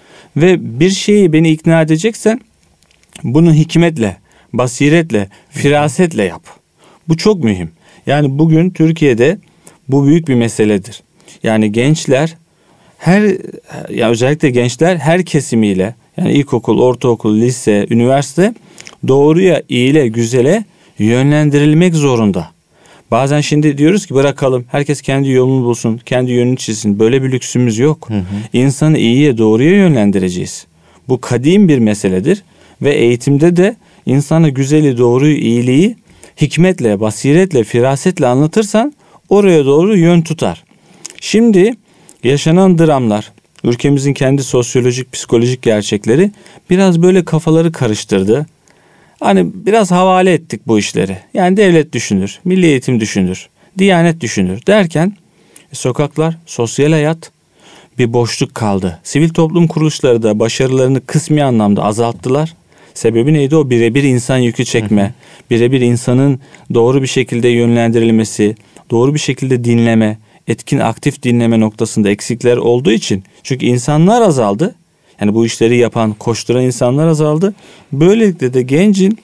ve bir şeyi beni ikna edeceksen bunu hikmetle, basiretle, firasetle yap. Bu çok mühim. Yani bugün Türkiye'de bu büyük bir meseledir. Yani gençler her ya özellikle gençler her kesimiyle, yani ilkokul, ortaokul, lise, üniversite doğruya, iyiyle, güzele yönlendirilmek zorunda. Bazen şimdi diyoruz ki bırakalım, herkes kendi yolunu bulsun, kendi yönünü çizsin. Böyle bir lüksümüz yok. Hı hı. İnsanı iyiye, doğruya yönlendireceğiz. Bu kadim bir meseledir ve eğitimde de insana güzeli, doğruyu, iyiliği hikmetle, basiretle, firasetle anlatırsan oraya doğru yön tutar. Şimdi yaşanan dramlar, ülkemizin kendi sosyolojik, psikolojik gerçekleri biraz böyle kafaları karıştırdı. Hani biraz havale ettik bu işleri. Yani devlet düşünür, milli eğitim düşünür, diyanet düşünür derken sokaklar, sosyal hayat bir boşluk kaldı. Sivil toplum kuruluşları da başarılarını kısmi anlamda azalttılar. Sebebi neydi? O birebir insan yükü çekme, birebir insanın doğru bir şekilde yönlendirilmesi, doğru bir şekilde dinleme, etkin aktif dinleme noktasında eksikler olduğu için. Çünkü insanlar azaldı. Yani bu işleri yapan, koşturan insanlar azaldı. Böylelikle de gencin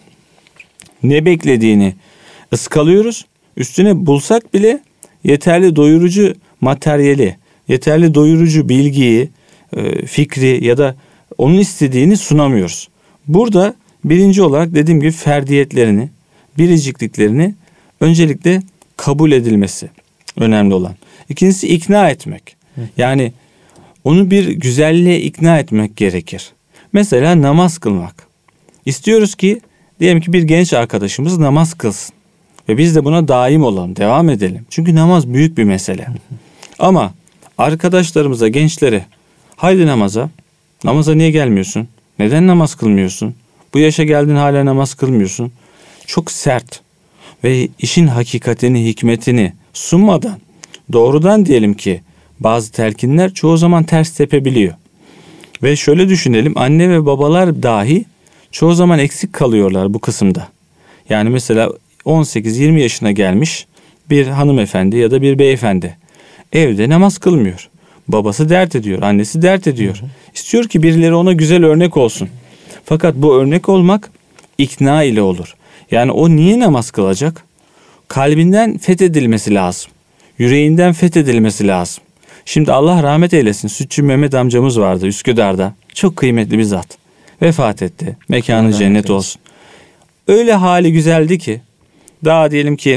ne beklediğini ıskalıyoruz. Üstüne bulsak bile yeterli doyurucu materyali, yeterli doyurucu bilgiyi, fikri ya da onun istediğini sunamıyoruz. Burada birinci olarak dediğim gibi ferdiyetlerini, biricikliklerini öncelikle kabul edilmesi önemli olan. İkincisi ikna etmek. Yani onu bir güzelliğe ikna etmek gerekir. Mesela namaz kılmak. İstiyoruz ki diyelim ki bir genç arkadaşımız namaz kılsın. Ve biz de buna daim olalım, devam edelim. Çünkü namaz büyük bir mesele. Ama arkadaşlarımıza, gençlere haydi namaza, namaza niye gelmiyorsun? Neden namaz kılmıyorsun? Bu yaşa geldin hala namaz kılmıyorsun. Çok sert ve işin hakikatini, hikmetini sunmadan doğrudan diyelim ki bazı telkinler çoğu zaman ters tepebiliyor. Ve şöyle düşünelim, anne ve babalar dahi çoğu zaman eksik kalıyorlar bu kısımda. Yani mesela on sekiz yirmi yaşına gelmiş bir hanımefendi ya da bir beyefendi evde namaz kılmıyor. Babası dert ediyor, annesi dert ediyor. Hı hı. İstiyor ki birileri ona güzel örnek olsun. Fakat bu örnek olmak ikna ile olur. Yani o niye namaz kılacak? Kalbinden fethedilmesi lazım. Yüreğinden fethedilmesi lazım. Şimdi Allah rahmet eylesin, Sütçü Mehmet amcamız vardı Üsküdar'da. Çok kıymetli bir zat. Vefat etti. Mekanı Allah cennet rahmet olsun. Öyle hali güzeldi ki, daha diyelim ki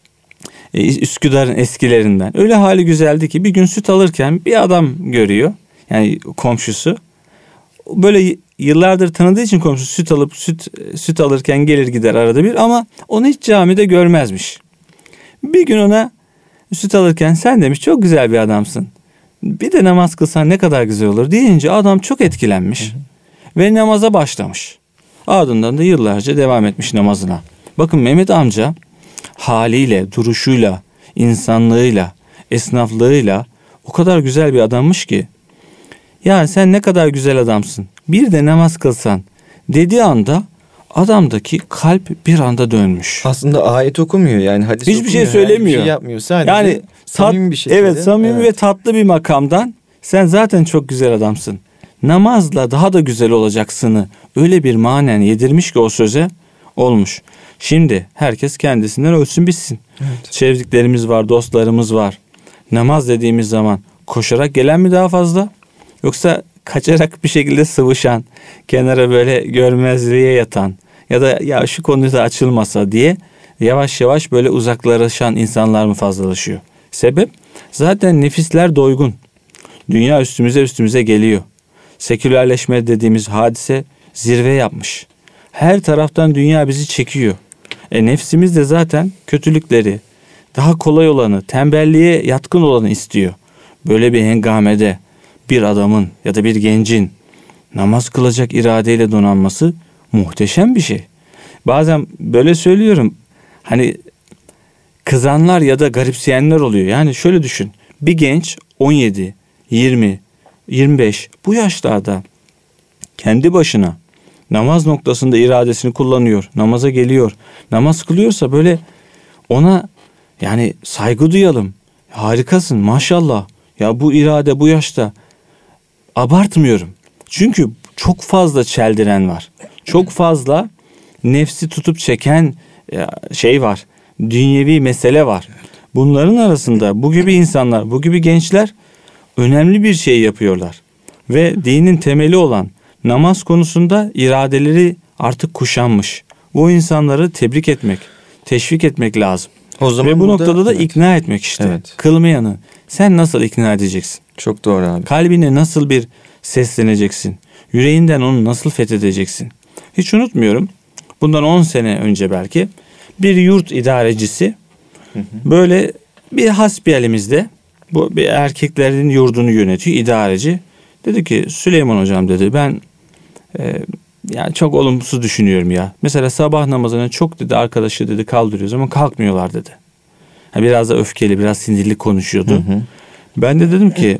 Üsküdar'ın eskilerinden. Öyle hali güzeldi ki bir gün süt alırken bir adam görüyor. Yani komşusu. Böyle yıllardır tanıdığı için komşusu süt alıp süt süt alırken gelir gider arada bir ama onu hiç camide görmezmiş. Bir gün ona süt alırken sen demiş çok güzel bir adamsın. Bir de namaz kılsan ne kadar güzel olur deyince adam çok etkilenmiş. Hı hı. Ve namaza başlamış. Ardından da yıllarca devam etmiş namazına. Bakın Mehmet amca haliyle, duruşuyla, insanlığıyla, esnaflığıyla o kadar güzel bir adammış ki ya sen ne kadar güzel adamsın, bir de namaz kılsan dediği anda adamdaki kalp bir anda dönmüş. Aslında ayet okumuyor yani, hadis Hiçbir okumuyor. şey söylemiyor. Bir şey yapmıyor. Sadece Yani samimi tat, bir şekilde. Evet, samimi evet. ve tatlı bir makamdan sen zaten çok güzel adamsın, namazla daha da güzel olacaksını öyle bir manen yedirmiş ki o söze olmuş. Şimdi herkes kendisinden ölsün bitsin. Evet. Sevdiklerimiz var, dostlarımız var. Namaz dediğimiz zaman koşarak gelen mi daha fazla? Yoksa kaçarak bir şekilde sıvışan, kenara böyle görmezliğe yatan ya da ya şu konuda açılmasa diye yavaş yavaş böyle uzaklaşan insanlar mı fazlalaşıyor? Sebep? Zaten nefisler doygun. Dünya üstümüze üstümüze geliyor. Sekülerleşme dediğimiz hadise zirve yapmış. Her taraftan dünya bizi çekiyor. E nefsimiz de zaten kötülükleri, daha kolay olanı, tembelliğe yatkın olanı istiyor. Böyle bir hengamede bir adamın ya da bir gencin namaz kılacak iradeyle donanması muhteşem bir şey. Bazen böyle söylüyorum. Hani kızanlar ya da garipseyenler oluyor. Yani şöyle düşün. Bir genç on yedi, yirmi, yirmi beş bu yaşlarda kendi başına namaz noktasında iradesini kullanıyor. Namaza geliyor. Namaz kılıyorsa böyle ona yani saygı duyalım. Harikasın maşallah. Ya bu irade bu yaşta. Abartmıyorum. Çünkü çok fazla çeldiren var. Çok fazla nefsi tutup çeken şey var. Dünyevi mesele var. Bunların arasında bu gibi insanlar, bu gibi gençler önemli bir şey yapıyorlar. Ve dinin temeli olan namaz konusunda iradeleri artık kuşanmış. Bu insanları tebrik etmek, teşvik etmek lazım. O zaman ve bu burada, noktada da evet. ikna etmek işte. Evet. Kılmayanı sen nasıl ikna edeceksin? Çok doğru abi. Kalbine nasıl bir sesleneceksin? Yüreğinden onu nasıl fethedeceksin? Hiç unutmuyorum. Bundan on sene önce belki bir yurt idarecisi hı hı. böyle bir hasbiyelimizde bu bir erkeklerin yurdunu yönetiyor, idareci. Dedi ki Süleyman hocam dedi ben e, yani çok olumsuz düşünüyorum ya. Mesela sabah namazına çok dedi arkadaşı dedi kaldırıyoruz ama kalkmıyorlar dedi. Ha, biraz da öfkeli, biraz sinirli konuşuyordu. Hı hı. Ben de dedim ki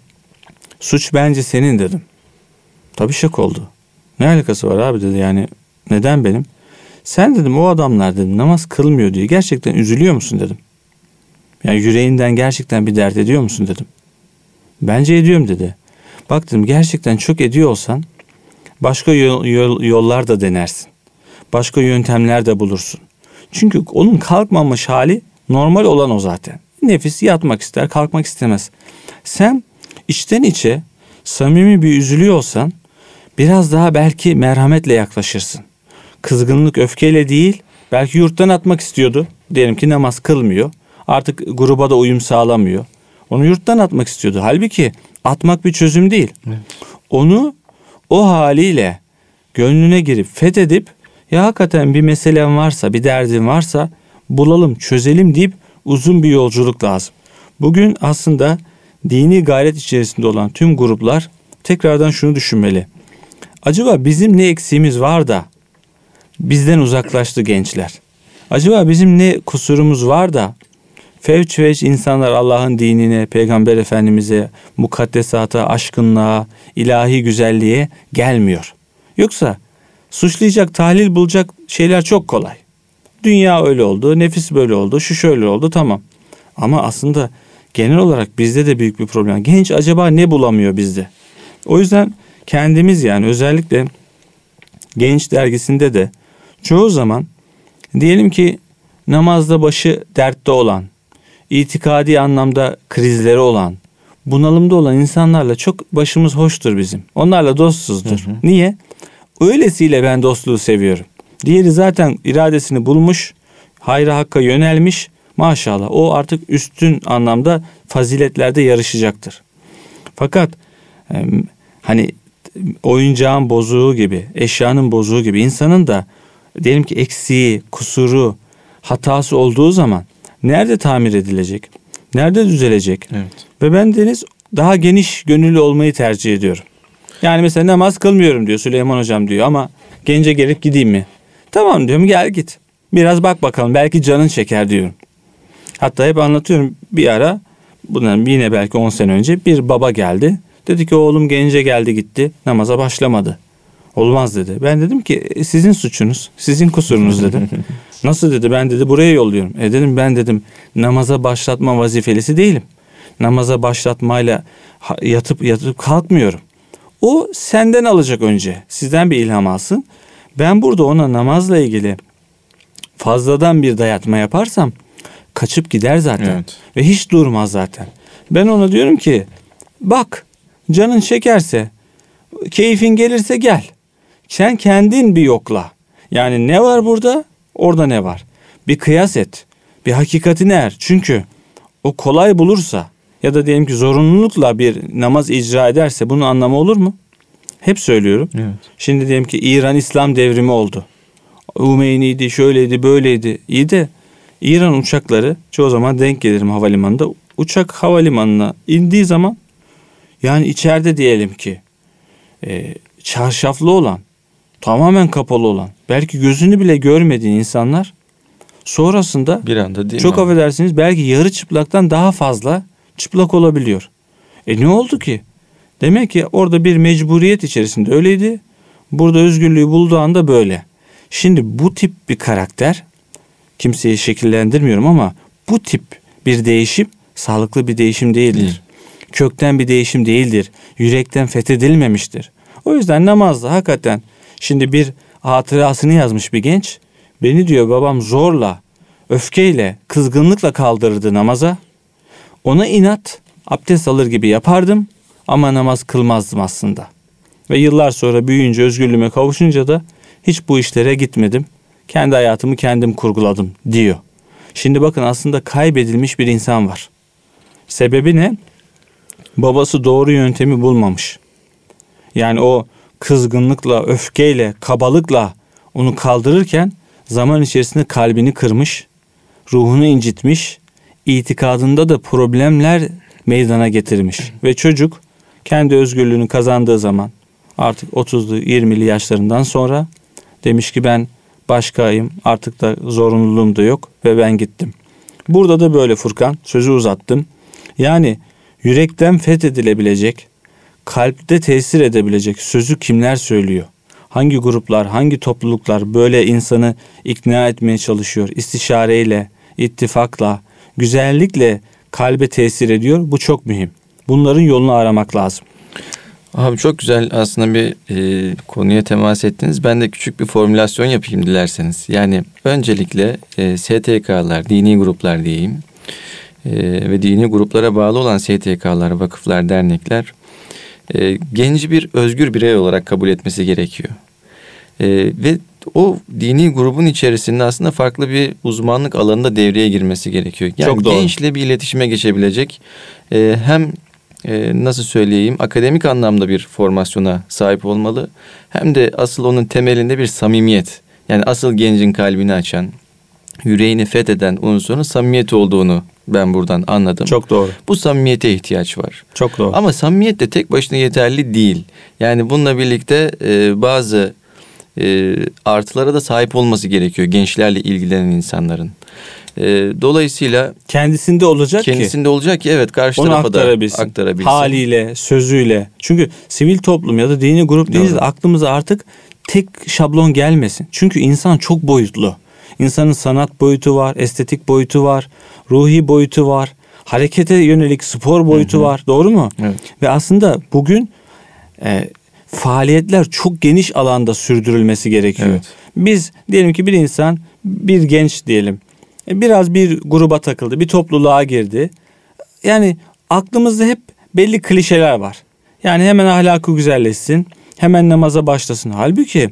suç bence senin dedim. Tabii şok oldu. Ne alakası var abi dedi, yani neden benim? Sen dedim o adamlar dedim namaz kılmıyor diye gerçekten üzülüyor musun dedim. Yani yüreğinden gerçekten bir dert ediyor musun dedim. Bence ediyorum dedi. Bak dedim gerçekten çok ediyor olsan başka yol, yol, yollar da denersin. Başka yöntemler de bulursun. Çünkü onun kalkmamış hali normal olan o zaten. Nefis yatmak ister, kalkmak istemez. Sen içten içe samimi bir üzülüyor olsan biraz daha belki merhametle yaklaşırsın. Kızgınlık, öfkeyle değil, belki yurttan atmak istiyordu. Diyelim ki namaz kılmıyor. Artık gruba da uyum sağlamıyor. Onu yurttan atmak istiyordu. Halbuki atmak bir çözüm değil. Evet. Onu o haliyle gönlüne girip fethedip ya hakikaten bir meselem varsa, bir derdin varsa bulalım, çözelim deyip uzun bir yolculuk lazım. Bugün aslında dini gayret içerisinde olan tüm gruplar tekrardan şunu düşünmeli. Acaba bizim ne eksiğimiz var da bizden uzaklaştı gençler? Acaba bizim ne kusurumuz var da fevç fevç insanlar Allah'ın dinine, Peygamber Efendimiz'e, mukaddesata, aşkınlığa, ilahi güzelliğe gelmiyor? Yoksa suçlayacak, tahlil bulacak şeyler çok kolay. Dünya öyle oldu, nefis böyle oldu, şu şöyle oldu, tamam. Ama aslında genel olarak bizde de büyük bir problem. Genç acaba ne bulamıyor bizde? O yüzden kendimiz yani özellikle Genç dergisinde de çoğu zaman diyelim ki namazda başı dertte olan, itikadi anlamda krizleri olan, bunalımda olan insanlarla çok başımız hoştur bizim. Onlarla dostsuzdur. Hı hı. Niye? Öylesiyle ben dostluğu seviyorum. Diğeri zaten iradesini bulmuş, hayra hakka yönelmiş. Maşallah o artık üstün anlamda faziletlerde yarışacaktır. Fakat e, hani oyuncağın bozuğu gibi, eşyanın bozuğu gibi insanın da diyelim ki eksiği, kusuru, hatası olduğu zaman nerede tamir edilecek? Nerede düzelecek? Evet. Ve ben deniz daha geniş gönüllü olmayı tercih ediyorum. Yani mesela namaz kılmıyorum diyor Süleyman hocam diyor ama gence gelip gideyim mi? Tamam diyorum, gel git. Biraz bak bakalım, belki canın çeker diyorum. Hatta hep anlatıyorum, bir ara bundan yine belki on sene önce bir baba geldi. Dedi ki oğlum gence geldi gitti, namaza başlamadı. Olmaz dedi. Ben dedim ki e, sizin suçunuz, sizin kusurunuz dedim. Nasıl dedi, ben dedi buraya yolluyorum. E dedim ben dedim namaza başlatma vazifelisi değilim. Namaza başlatmayla yatıp yatıp kalkmıyorum. O senden alacak önce. Sizden bir ilham alsın. Ben burada ona namazla ilgili fazladan bir dayatma yaparsam kaçıp gider zaten. Evet. Ve hiç durmaz zaten. Ben ona diyorum ki bak canın çekerse, keyfin gelirse gel. Sen kendin bir yokla. Yani ne var burada? Orada ne var? Bir kıyas et. Bir hakikatini er. Çünkü o kolay bulursa ya da diyelim ki zorunlulukla bir namaz icra ederse bunun anlamı olur mu? Hep söylüyorum. Evet. Şimdi diyelim ki İran İslam devrimi oldu. Ümeyni'ydi, şöyleydi, böyleydi. İyi de İran uçakları çoğu zaman denk gelirim havalimanında. Uçak havalimanına indiği zaman yani içeride diyelim ki e, çarşaflı olan, tamamen kapalı olan, belki gözünü bile görmediğin insanlar sonrasında Bir anda değil çok mi? affedersiniz belki yarı çıplaktan daha fazla çıplak olabiliyor. E ne oldu ki? Demek ki orada bir mecburiyet içerisinde öyleydi. Burada özgürlüğü bulduğu anda böyle. Şimdi bu tip bir karakter, kimseyi şekillendirmiyorum ama bu tip bir değişim sağlıklı bir değişim değildir. Değil. Kökten bir değişim değildir. Yürekten fethedilmemiştir. O yüzden namazda hakikaten şimdi bir hatırasını yazmış bir genç. Beni diyor babam zorla, öfkeyle, kızgınlıkla kaldırırdı namaza. Ona inat, abdest alır gibi yapardım ama namaz kılmazdım aslında. Ve yıllar sonra büyüyünce, özgürlüğüme kavuşunca da hiç bu işlere gitmedim. Kendi hayatımı kendim kurguladım diyor. Şimdi bakın aslında kaybedilmiş bir insan var. Sebebi ne? Babası doğru yöntemi bulmamış. Yani o kızgınlıkla, öfkeyle, kabalıkla onu kaldırırken zaman içerisinde kalbini kırmış, ruhunu incitmiş, itikadında da problemler meydana getirmiş. Ve çocuk kendi özgürlüğünü kazandığı zaman artık otuzlu yirmili yaşlarından sonra demiş ki ben başkayım, artık da zorunluluğum da yok ve ben gittim. Burada da böyle Furkan, sözü uzattım. Yani yürekten fethedilebilecek, kalpte tesir edebilecek sözü kimler söylüyor? Hangi gruplar, hangi topluluklar böyle insanı ikna etmeye çalışıyor? İstişareyle, ittifakla, güzellikle kalbe tesir ediyor. Bu çok mühim. Bunların yolunu aramak lazım. Abi çok güzel aslında bir e, konuya temas ettiniz. Ben de küçük bir formülasyon yapayım dilerseniz. Yani öncelikle e, S T K'lar, dini gruplar diyeyim. E, ve dini gruplara bağlı olan S T K'lar, vakıflar, dernekler e, genci bir özgür birey olarak kabul etmesi gerekiyor. E, ve o dini grubun içerisinde aslında farklı bir uzmanlık alanında devreye girmesi gerekiyor. Yani Çok doğru. gençle bir iletişime geçebilecek e, hem e, nasıl söyleyeyim akademik anlamda bir formasyona sahip olmalı. Hem de asıl onun temelinde bir samimiyet. Yani asıl gencin kalbini açan, yüreğini fetheden unsurun samimiyet olduğunu ben buradan anladım. Çok doğru. Bu samimiyete ihtiyaç var. Çok doğru. Ama samimiyet de tek başına yeterli değil. Yani bununla birlikte e, bazı e, artılara da sahip olması gerekiyor gençlerle ilgilenen insanların. E, dolayısıyla kendisinde olacak ki kendisinde olacak ki evet karşı onu tarafa da aktarabilsin. aktarabilsin. Haliyle, sözüyle. Çünkü sivil toplum ya da dini grup deyince de aklımıza artık tek şablon gelmesin. Çünkü insan çok boyutlu. İnsanın sanat boyutu var, estetik boyutu var, ruhi boyutu var, harekete yönelik spor boyutu hı hı. var. Doğru mu? Evet. Ve aslında bugün e, faaliyetler çok geniş alanda sürdürülmesi gerekiyor. Evet. Biz diyelim ki bir insan, bir genç diyelim, biraz bir gruba takıldı, bir topluluğa girdi. Yani aklımızda hep belli klişeler var. Yani hemen ahlakı güzelleşsin, hemen namaza başlasın. Halbuki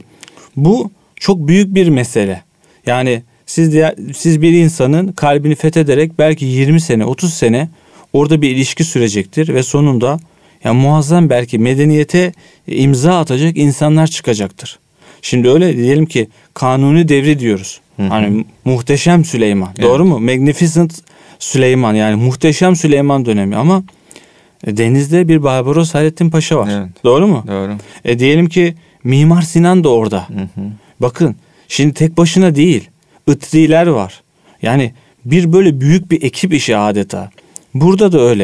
bu çok büyük bir mesele. Yani siz diğer, siz bir insanın kalbini fethederek belki yirmi sene, otuz sene orada bir ilişki sürecektir ve sonunda ya muazzam belki medeniyete imza atacak insanlar çıkacaktır. Şimdi öyle diyelim ki Kanuni devri diyoruz. Hı hı. Hani muhteşem Süleyman. Evet. Doğru mu? Magnificent Süleyman, yani muhteşem Süleyman dönemi ama e, denizde bir Barbaros Hayrettin Paşa var. Evet. Doğru mu? Doğru. E diyelim ki Mimar Sinan da orada. Hı hı. Bakın şimdi tek başına değil. Itriler var. Yani bir böyle büyük bir ekip işi adeta. Burada da öyle.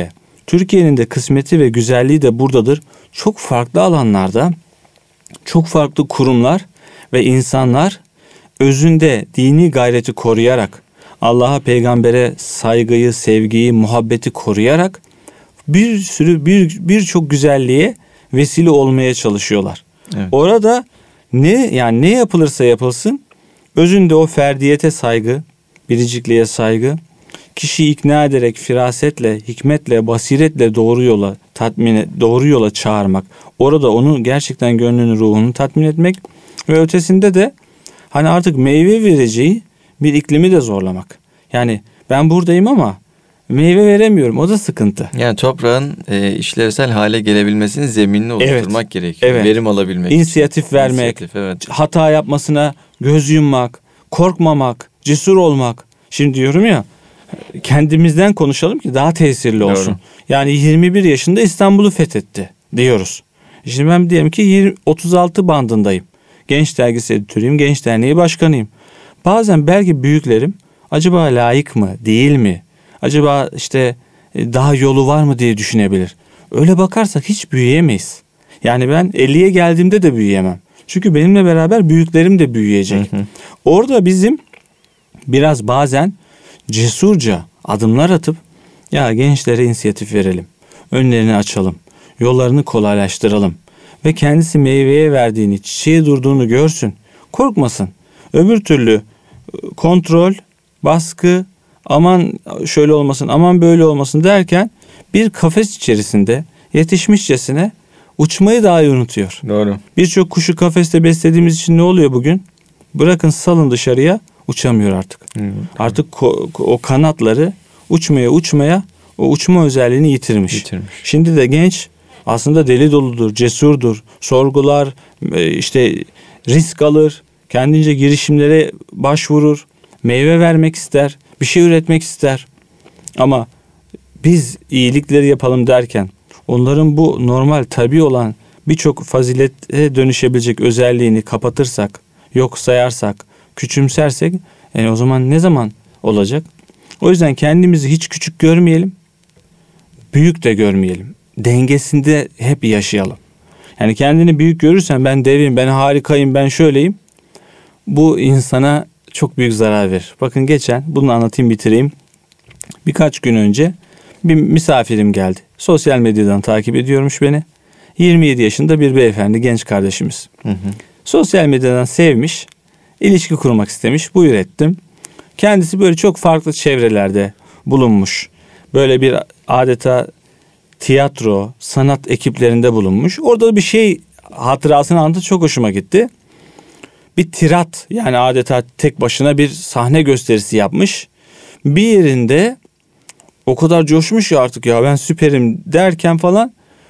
Türkiye'nin de kısmeti ve güzelliği de buradadır. Çok farklı alanlarda, çok farklı kurumlar ve insanlar özünde dini gayreti koruyarak, Allah'a, peygambere saygıyı, sevgiyi, muhabbeti koruyarak bir sürü bir birçok güzelliğe vesile olmaya çalışıyorlar. Evet. Orada ne yani ne yapılırsa yapılsın özünde o ferdiyete saygı, biricikliğe saygı, kişiyi ikna ederek firasetle, hikmetle, basiretle doğru yola tatmin doğru yola çağırmak. Orada onu gerçekten gönlünü, ruhunu tatmin etmek ve ötesinde de hani artık meyve vereceği bir iklimi de zorlamak. Yani ben buradayım ama meyve veremiyorum. O da sıkıntı. Yani toprağın e, işlevsel hale gelebilmesinin zeminini oluşturmak evet. gerekiyor. Evet. Verim alabilmek İnisiyatif için. vermek, İnisiyatif, evet. hata yapmasına göz yummak, korkmamak, cesur olmak. Şimdi diyorum ya, kendimizden konuşalım ki daha tesirli olsun. Doğru. Yani yirmi bir yaşında İstanbul'u fethetti diyoruz. Şimdi ben diyelim ki yirmi, otuz altı bandındayım. Genç Dergisi editörüyüm, Genç Derneği başkanıyım. Bazen belki büyüklerim acaba layık mı, değil mi? Acaba işte daha yolu var mı diye düşünebilir. Öyle bakarsak hiç büyüyemeyiz. Yani ben elliye geldiğimde de büyüyemem. Çünkü benimle beraber büyüklerim de büyüyecek. Hı hı. Orada bizim biraz bazen cesurca adımlar atıp ya gençlere inisiyatif verelim. Önlerini açalım. Yollarını kolaylaştıralım. Ve kendisi meyveye verdiğini, çiçeğe durduğunu görsün. Korkmasın. Öbür türlü kontrol, baskı, aman şöyle olmasın, aman böyle olmasın derken bir kafes içerisinde yetişmişçesine uçmayı dahi unutuyor. Doğru. Birçok kuşu kafeste beslediğimiz için ne oluyor bugün? Bırakın salın dışarıya, uçamıyor artık. Hmm. Artık ko- o kanatları uçmaya uçmaya o uçma özelliğini yitirmiş. yitirmiş. Şimdi de genç aslında deli doludur, cesurdur, sorgular, işte risk alır, kendince girişimlere başvurur, meyve vermek ister, bir şey üretmek ister. Ama biz iyilikleri yapalım derken onların bu normal tabii olan birçok fazilete dönüşebilecek özelliğini kapatırsak, yok sayarsak, küçümsersek yani o zaman ne zaman olacak? O yüzden kendimizi hiç küçük görmeyelim, büyük de görmeyelim. Dengesinde hep yaşayalım. Yani kendini büyük görürsen ben devim, ben harikayım, ben şöyleyim. Bu insana çok büyük zarar verir. Bakın geçen bunu anlatayım bitireyim. Birkaç gün önce bir misafirim geldi. Sosyal medyadan takip ediyormuş beni. yirmi yedi yaşında bir beyefendi, genç kardeşimiz. Hı hı. Sosyal medyadan sevmiş, ilişki kurmak istemiş. Buyur ettim. Kendisi böyle çok farklı çevrelerde bulunmuş. Böyle bir adeta tiyatro, sanat ekiplerinde bulunmuş. Orada bir şey hatırasını anlattı, çok hoşuma gitti. Bir tirat, yani adeta tek başına bir sahne gösterisi yapmış. Bir yerinde o kadar coşmuş ya artık ya ben süperim derken falan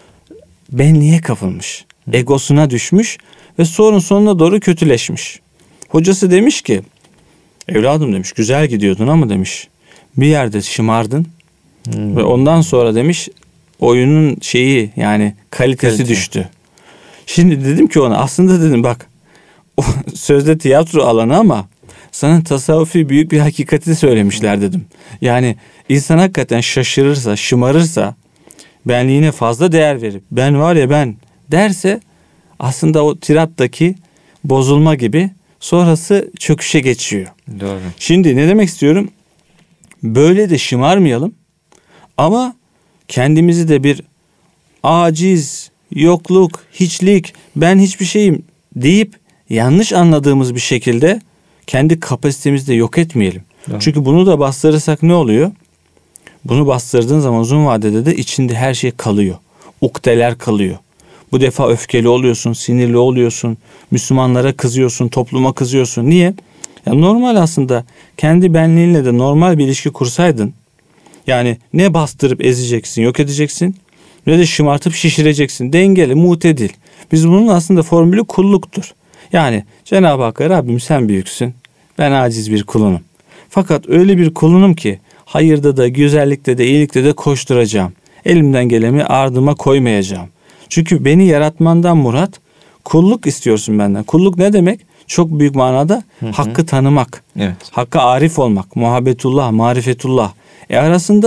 benliğe kapılmış. Egosuna düşmüş ve sorun sonuna doğru kötüleşmiş. Hocası demiş ki evladım demiş güzel gidiyordun ama demiş bir yerde şımardın hmm. ve ondan sonra demiş oyunun şeyi yani kalitesi Kalite. düştü. Şimdi dedim ki ona aslında dedim bak o sözde tiyatro alanı ama sana tasavvufi büyük bir hakikati söylemişler dedim. Yani insan hakikaten şaşırırsa, şımarırsa, benliğine fazla değer verip ben var ya ben derse aslında o tirattaki bozulma gibi sonrası çöküşe geçiyor. Doğru. Şimdi ne demek istiyorum? Böyle de şımarmayalım ama kendimizi de bir aciz, yokluk, hiçlik, ben hiçbir şeyim deyip yanlış anladığımız bir şekilde kendi kapasitemizi de yok etmeyelim. Doğru. Çünkü bunu da bastırırsak ne oluyor? Bunu bastırdığın zaman uzun vadede de içinde her şey kalıyor. Ukdeler kalıyor. Bu defa öfkeli oluyorsun, sinirli oluyorsun, Müslümanlara kızıyorsun, topluma kızıyorsun. Niye? Ya normal aslında kendi benliğinle de normal bir ilişki kursaydın, yani ne bastırıp ezeceksin, yok edeceksin, ne de şımartıp şişireceksin. Dengeli, mutedil. Biz bunun aslında formülü kulluktur. Yani Cenab-ı Hakk'a Rabbim sen büyüksün, ben aciz bir kulunum. Fakat öyle bir kulunum ki hayırda da, güzellikte de, iyilikte de koşturacağım. Elimden geleni ardıma koymayacağım. Çünkü beni yaratmandan murat kulluk istiyorsun benden. Kulluk ne demek? Çok büyük manada hı hı. hakkı tanımak. Evet. Hakka arif olmak, muhabbetullah, marifetullah. E arasında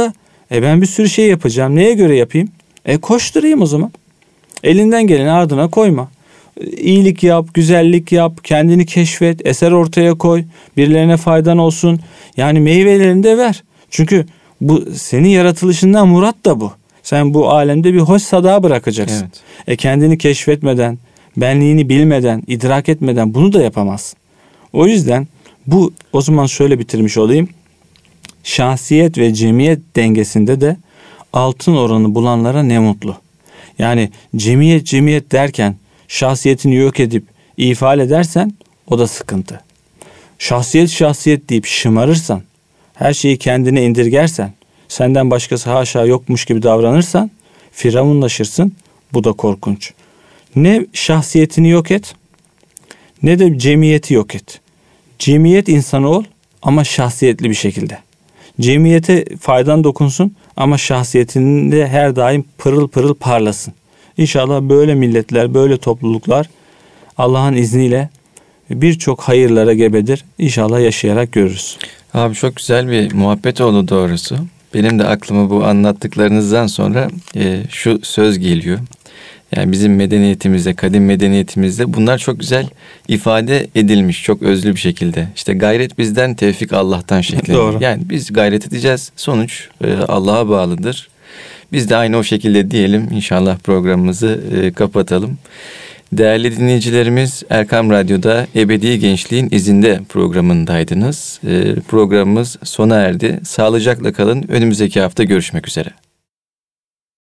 E ben bir sürü şey yapacağım. Neye göre yapayım? E koşturayım o zaman. Elinden geleni ardına koyma. İyilik yap, güzellik yap, kendini keşfet, eser ortaya koy, birilerine faydan olsun. Yani meyvelerini de ver. Çünkü bu senin yaratılışından murat da bu. Sen bu alemde bir hoş sada bırakacaksın. Evet. E kendini keşfetmeden, benliğini bilmeden, idrak etmeden bunu da yapamazsın. O yüzden bu, o zaman şöyle bitirmiş olayım. Şahsiyet ve cemiyet dengesinde de altın oranı bulanlara ne mutlu. Yani cemiyet cemiyet derken şahsiyetini yok edip ifade edersen o da sıkıntı. Şahsiyet şahsiyet deyip şımarırsan, her şeyi kendine indirgersen, senden başkası haşa yokmuş gibi davranırsan firavunlaşırsın. Bu da korkunç. Ne şahsiyetini yok et, ne de cemiyeti yok et. Cemiyet insanı ol ama şahsiyetli bir şekilde. Cemiyete faydan dokunsun ama şahsiyetinde her daim pırıl pırıl parlasın. İnşallah böyle milletler, böyle topluluklar Allah'ın izniyle birçok hayırlara gebedir. İnşallah yaşayarak görürüz. Abi çok güzel bir muhabbet oldu doğrusu. Benim de aklıma bu anlattıklarınızdan sonra e, şu söz geliyor. Yani bizim medeniyetimizde, kadim medeniyetimizde bunlar çok güzel ifade edilmiş, çok özlü bir şekilde. İşte gayret bizden, tevfik Allah'tan şeklinde. Doğru. Yani biz gayret edeceğiz, sonuç e, Allah'a bağlıdır. Biz de aynı o şekilde diyelim, inşallah programımızı e, kapatalım. Değerli dinleyicilerimiz, Erkam Radyo'da Ebedi Gençliğin İzinde programındaydınız. E, programımız sona erdi. Sağlıcakla kalın. Önümüzdeki hafta görüşmek üzere.